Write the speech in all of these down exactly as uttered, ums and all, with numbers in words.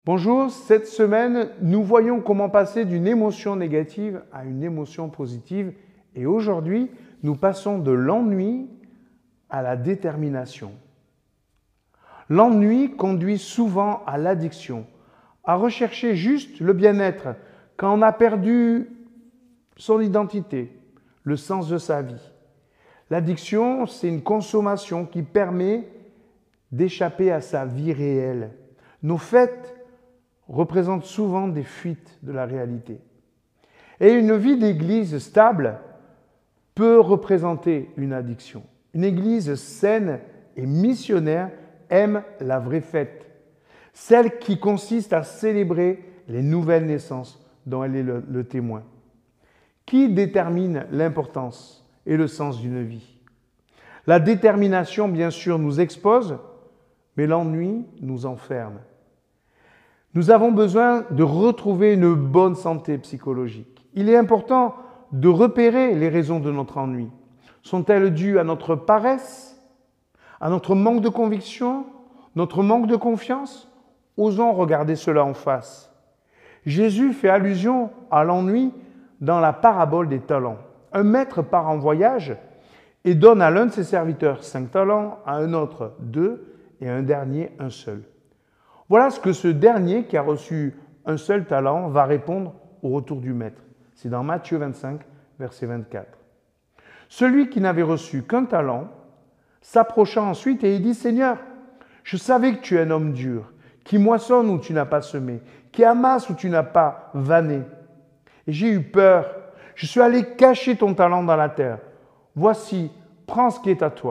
Bonjour, cette semaine, nous voyons comment passer d'une émotion négative à une émotion positive et aujourd'hui, nous passons de l'ennui à la détermination. L'ennui conduit souvent à l'addiction, à rechercher juste le bien-être quand on a perdu son identité, le sens de sa vie. L'addiction, c'est une consommation qui permet d'échapper à sa vie réelle. Nos fêtes représentent souvent des fuites de la réalité. Et une vie d'église stable peut représenter une addiction. Une église saine et missionnaire aime la vraie fête, celle qui consiste à célébrer les nouvelles naissances dont elle est le, le témoin. Qui détermine l'importance et le sens d'une vie? La détermination, bien sûr, nous expose, mais l'ennui nous enferme. Nous avons besoin de retrouver une bonne santé psychologique. Il est important de repérer les raisons de notre ennui. Sont-elles dues à notre paresse, à notre manque de conviction, notre manque de confiance? Osons regarder cela en face. Jésus fait allusion à l'ennui dans la parabole des talents. Un maître part en voyage et donne à l'un de ses serviteurs cinq talents, à un autre deux et à un dernier un seul. Voilà ce que ce dernier qui a reçu un seul talent va répondre au retour du maître. C'est dans Matthieu vingt-cinq, verset vingt-quatre. Celui qui n'avait reçu qu'un talent s'approcha ensuite et il dit « Seigneur, je savais que tu es un homme dur, qui moissonne où tu n'as pas semé, qui amasse où tu n'as pas vanné. Et j'ai eu peur, je suis allé cacher ton talent dans la terre. Voici, prends ce qui est à toi. »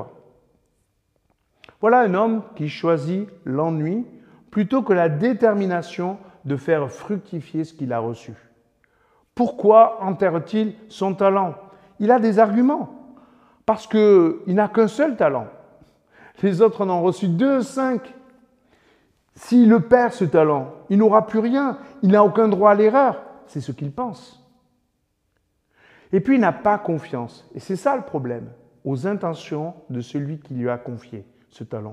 Voilà un homme qui choisit l'ennui plutôt que la détermination de faire fructifier ce qu'il a reçu. Pourquoi enterre-t-il son talent? Il a des arguments, parce qu'il n'a qu'un seul talent. Les autres en ont reçu deux, cinq. S'il le perd, ce talent, il n'aura plus rien, il n'a aucun droit à l'erreur. C'est ce qu'il pense. Et puis, il n'a pas confiance. Et c'est ça le problème, aux intentions de celui qui lui a confié ce talent.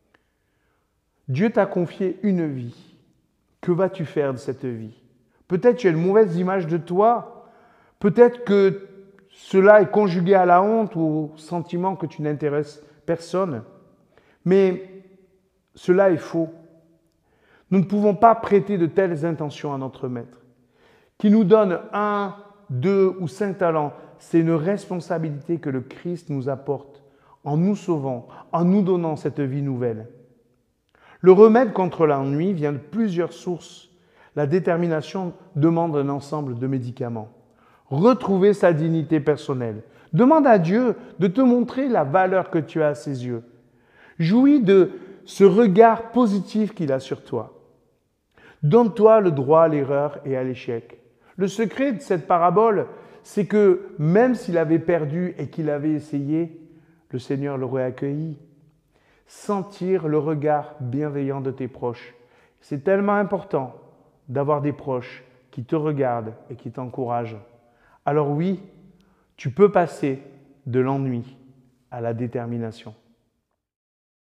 Dieu t'a confié une vie. Que vas-tu faire de cette vie? Peut-être tu as une mauvaise image de toi. Peut-être que cela est conjugué à la honte ou au sentiment que tu n'intéresses personne. Mais cela est faux. Nous ne pouvons pas prêter de telles intentions à notre maître. Qui nous donne un, deux ou cinq talents, c'est une responsabilité que le Christ nous apporte en nous sauvant, en nous donnant cette vie nouvelle. Le remède contre l'ennui vient de plusieurs sources. La détermination demande un ensemble de médicaments. Retrouver sa dignité personnelle. Demande à Dieu de te montrer la valeur que tu as à ses yeux. Jouis de ce regard positif qu'il a sur toi. Donne-toi le droit à l'erreur et à l'échec. Le secret de cette parabole, c'est que même s'il avait perdu et qu'il avait essayé, le Seigneur l'aurait accueilli. Sentir le regard bienveillant de tes proches. C'est tellement important d'avoir des proches qui te regardent et qui t'encouragent. Alors oui, tu peux passer de l'ennui à la détermination.